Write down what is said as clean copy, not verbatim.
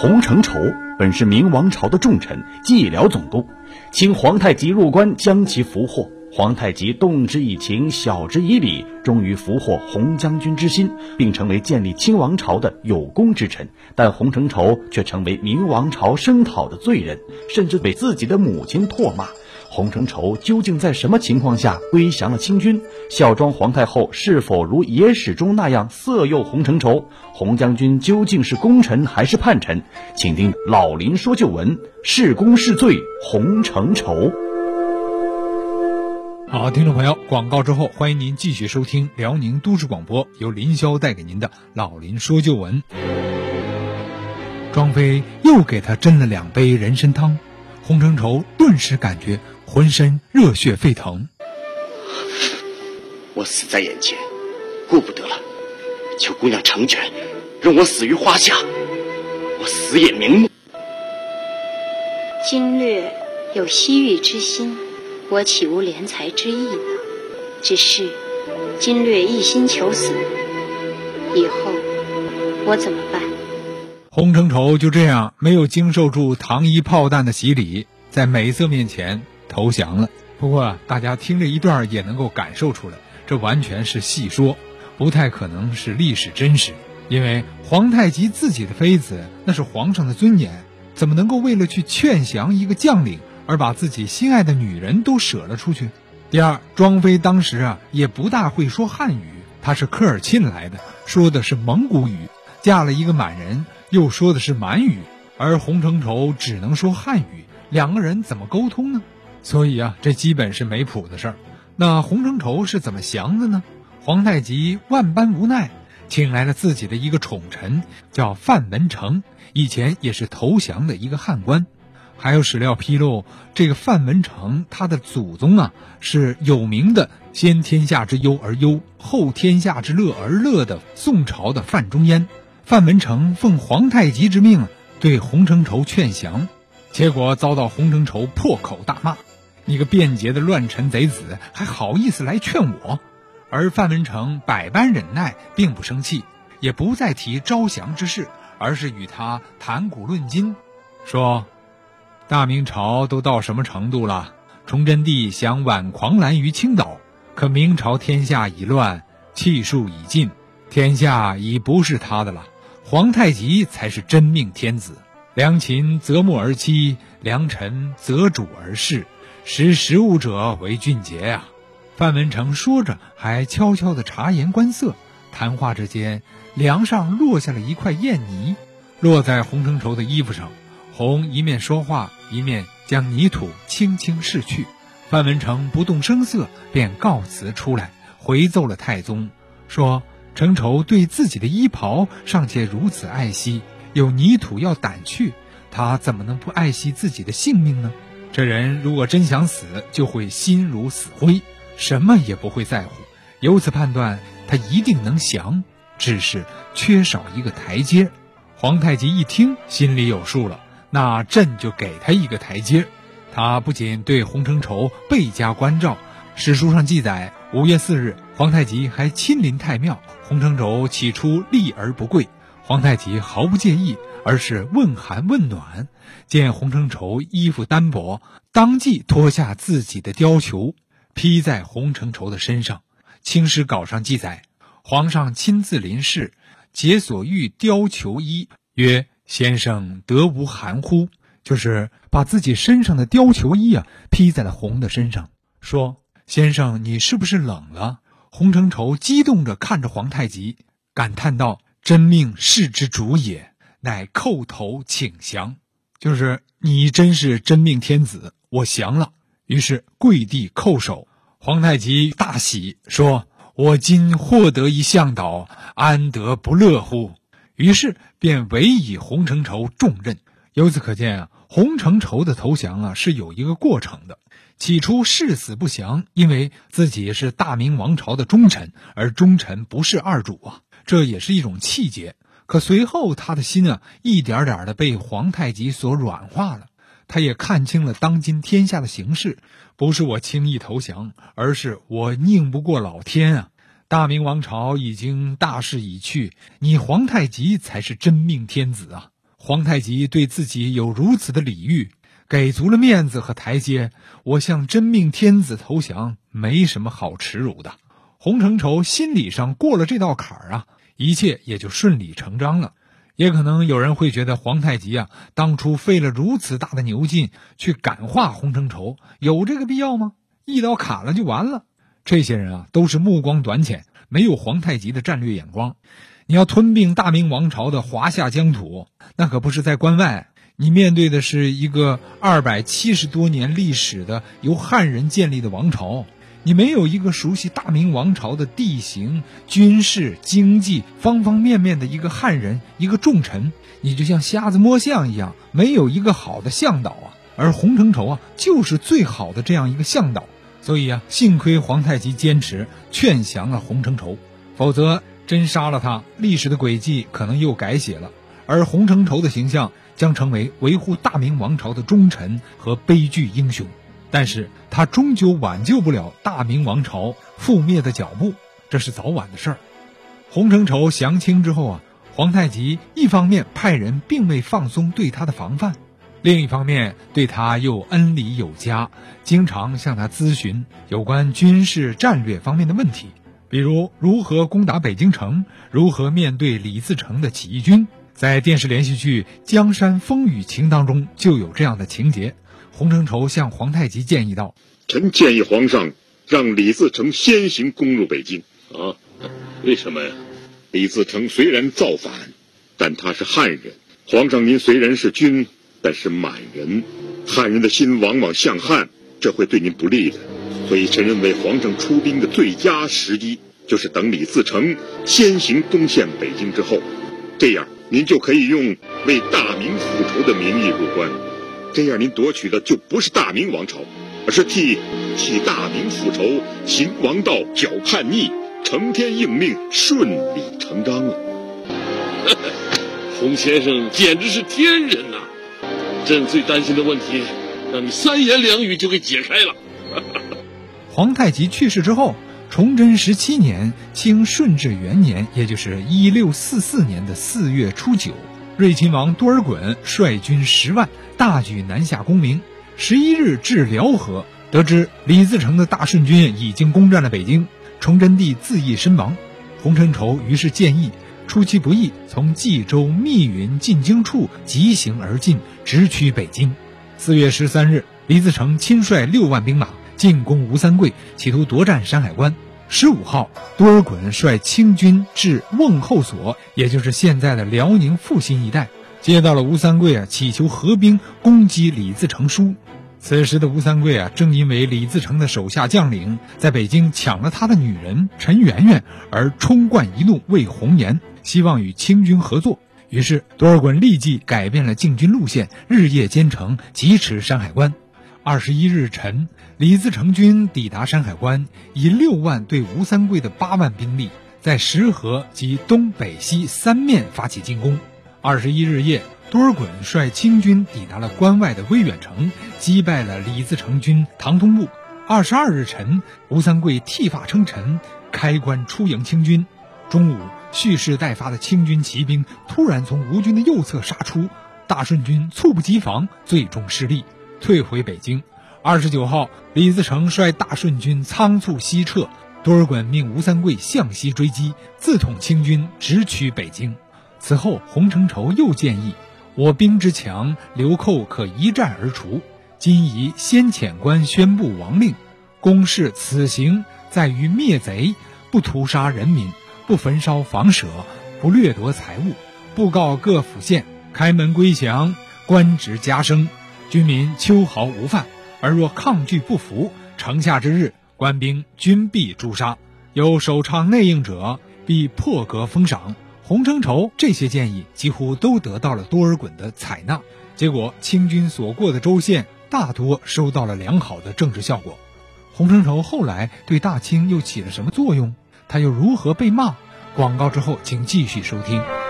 洪承畴本是明王朝的重臣，蓟辽总督，请皇太极入关将其俘获。皇太极动之以情，晓之以理，终于俘获洪将军之心，并成为建立清王朝的有功之臣。但洪承畴却成为明王朝声讨的罪人，甚至被自己的母亲唾骂。洪承畴究竟在什么情况下归降了清军？孝庄皇太后是否如野史中那样色诱洪承畴？洪将军究竟是功臣还是叛臣？请听老林说旧闻，是功是罪，洪承畴。 好，听众朋友，广告之后，欢迎您继续收听辽宁都市广播，由林霄带给您的老林说旧闻。庄妃又给他斟了2杯人参汤，洪承畴顿时感觉浑身热血沸腾。 我死在眼前，顾不得了，求姑娘成全，容我死于花下，我死也瞑目。 经略有西域之心，我岂无怜才之意呢？只是经略一心求死，以后我怎么办？ 洪承畴就这样没有经受住糖衣炮弹的洗礼，在美色面前投降了。不过大家听这一段也能够感受出来，这完全是戏说，不太可能是历史真实。因为皇太极自己的妃子那是皇上的尊严，怎么能够为了去劝降一个将领而把自己心爱的女人都舍了出去？第二，庄妃当时也不大会说汉语，她是科尔沁来的，说的是蒙古语，嫁了一个满人，又说的是满语，而洪承畴只能说汉语，两个人怎么沟通呢？所以这基本是没谱的事儿。那洪承畴是怎么降的呢？皇太极万般无奈，请来了自己的一个宠臣，叫范文成，以前也是投降的一个汉官。还有史料披露，这个范文成他的祖宗是有名的先天下之忧而忧，后天下之乐而乐的宋朝的范仲淹。范文成奉皇太极之命对洪承畴劝降，结果遭到洪承畴破口大骂：你个便捷的乱臣贼子，还好意思来劝我？而范文成百般忍耐，并不生气，也不再提招降之事，而是与他谈古论今，说大明朝都到什么程度了？崇祯帝想挽狂澜于青岛，可明朝天下已乱，气数已尽，天下已不是他的了，皇太极才是真命天子。良禽择木而栖，良臣择主而事，识时务者为俊杰范文成说着，还悄悄地察言观色。谈话之间，梁上落下了一块砚泥，落在洪承畴的衣服上。洪一面说话，一面将泥土轻轻拭去。范文成不动声色，便告辞出来，回奏了太宗，说承畴对自己的衣袍尚且如此爱惜，有泥土要掸去，他怎么能不爱惜自己的性命呢？这人如果真想死，就会心如死灰，什么也不会在乎。由此判断，他一定能降，只是缺少一个台阶。皇太极一听，心里有数了，那朕就给他一个台阶。他不仅对洪承畴倍加关照，史书上记载，5月4日，皇太极还亲临太庙。洪承畴起初立而不跪，皇太极毫不介意，而是问寒问暖。见洪承畴衣服单薄，当即脱下自己的貂裘，披在洪承畴的身上。清史稿上记载，皇上亲自临视，解所欲貂裘衣，曰：先生得无寒乎？就是把自己身上的貂裘衣披在了洪的身上，说：先生你是不是冷了？洪承畴激动着看着皇太极，感叹道：真命世之主也，乃叩头请降。就是你真是真命天子，我降了。于是跪地叩首。皇太极大喜，说：我今获得一向导，安得不乐乎？于是便委以洪承畴重任。由此可见洪承畴的投降是有一个过程的。起初誓死不降，因为自己是大明王朝的忠臣，而忠臣不是二主这也是一种气节。可随后他的心一点点的被皇太极所软化了。他也看清了当今天下的形势，不是我轻易投降，而是我拧不过老天大明王朝已经大势已去，你皇太极才是真命天子皇太极对自己有如此的礼遇，给足了面子和台阶，我向真命天子投降，没什么好耻辱的。洪承畴心理上过了这道坎儿啊，一切也就顺理成章了。也可能有人会觉得皇太极啊，当初费了如此大的牛劲去感化洪承畴，有这个必要吗？一刀砍了就完了。这些人啊，都是目光短浅，没有皇太极的战略眼光。你要吞并大明王朝的华夏疆土，那可不是在关外，你面对的是一个270多年历史的由汉人建立的王朝，你没有一个熟悉大明王朝的地形、军事、经济方方面面的一个汉人，一个重臣，你就像瞎子摸象一样，没有一个好的向导啊。而洪承畴啊，就是最好的这样一个向导。所以啊，幸亏皇太极坚持劝降了洪承畴，否则真杀了他，历史的轨迹可能又改写了，而洪承畴的形象将成为维护大明王朝的忠臣和悲剧英雄。但是他终究挽救不了大明王朝覆灭的脚步，这是早晚的事儿。洪承畴降清之后啊，皇太极一方面派人并未放松对他的防范，另一方面对他又恩礼有加，经常向他咨询有关军事战略方面的问题，比如如何攻打北京城，如何面对李自成的起义军。在电视连续剧《江山风雨情》当中就有这样的情节。洪承畴向皇太极建议道： 臣建议皇上让李自成先行攻入北京。 啊，为什么呀？ 李自成虽然造反，但他是汉人，皇上您虽然是君，但是满人，汉人的心往往向汉，这会对您不利的。所以臣认为皇上出兵的最佳时机就是等李自成先行攻陷北京之后，这样您就可以用为大明复仇的名义入关，这样您夺取的就不是大明王朝，而是替大明复仇、行王道、剿叛逆、承天应命、顺理成章了。 洪先生简直是天人呐！朕最担心的问题，让你3言2语就给解开了。 皇太极去世之后，崇祯17年，清顺治元年，也就是1644年的4月初9，睿亲王多尔衮率军10万，大举南下攻明。11日至辽河，得知李自成的大顺军已经攻占了北京，崇祯帝自缢身亡。洪承畴于是建议出其不意，从冀州密云进京处急行而进，直趋北京。4月13日，李自成亲率6万兵马进攻吴三桂，企图夺占山海关。15号，多尔衮率清军至瓮后所，也就是现在的辽宁阜新一带，接到了吴三桂祈求合兵攻击李自成书。此时的吴三桂正因为李自成的手下将领在北京抢了他的女人陈圆圆而冲冠一怒为红颜，希望与清军合作。于是多尔衮立即改变了进军路线，日夜兼程，疾驰山海关。21日晨，李自成军抵达山海关，以6万对吴三桂的8万兵力，在石河及东北西3面发起进攻。21日夜，多尔衮率清军抵达了关外的威远城，击败了李自成军唐通部。22日晨，吴三桂剃发称臣，开关出迎清军。中午，蓄势待发的清军骑兵突然从吴军的右侧杀出，大顺军猝不及防，最终失利，退回北京。29号，李自成率大顺军仓促西撤，多尔衮命吴三桂向西追击，自统清军直取北京。此后，洪承畴又建议，我兵之强，流寇可一战而除，今宜先遣官宣布王令，公示此行在于灭贼，不屠杀人民，不焚烧房舍，不掠夺财物，布告各府县，开门归降，官职加升，军民秋毫无犯，而若抗拒不服，城下之日，官兵均必诛杀，有首倡内应者，必破格封赏。洪承畴这些建议几乎都得到了多尔衮的采纳，结果清军所过的州县大多收到了良好的政治效果。洪承畴后来对大清又起了什么作用？他又如何被骂？广告之后请继续收听。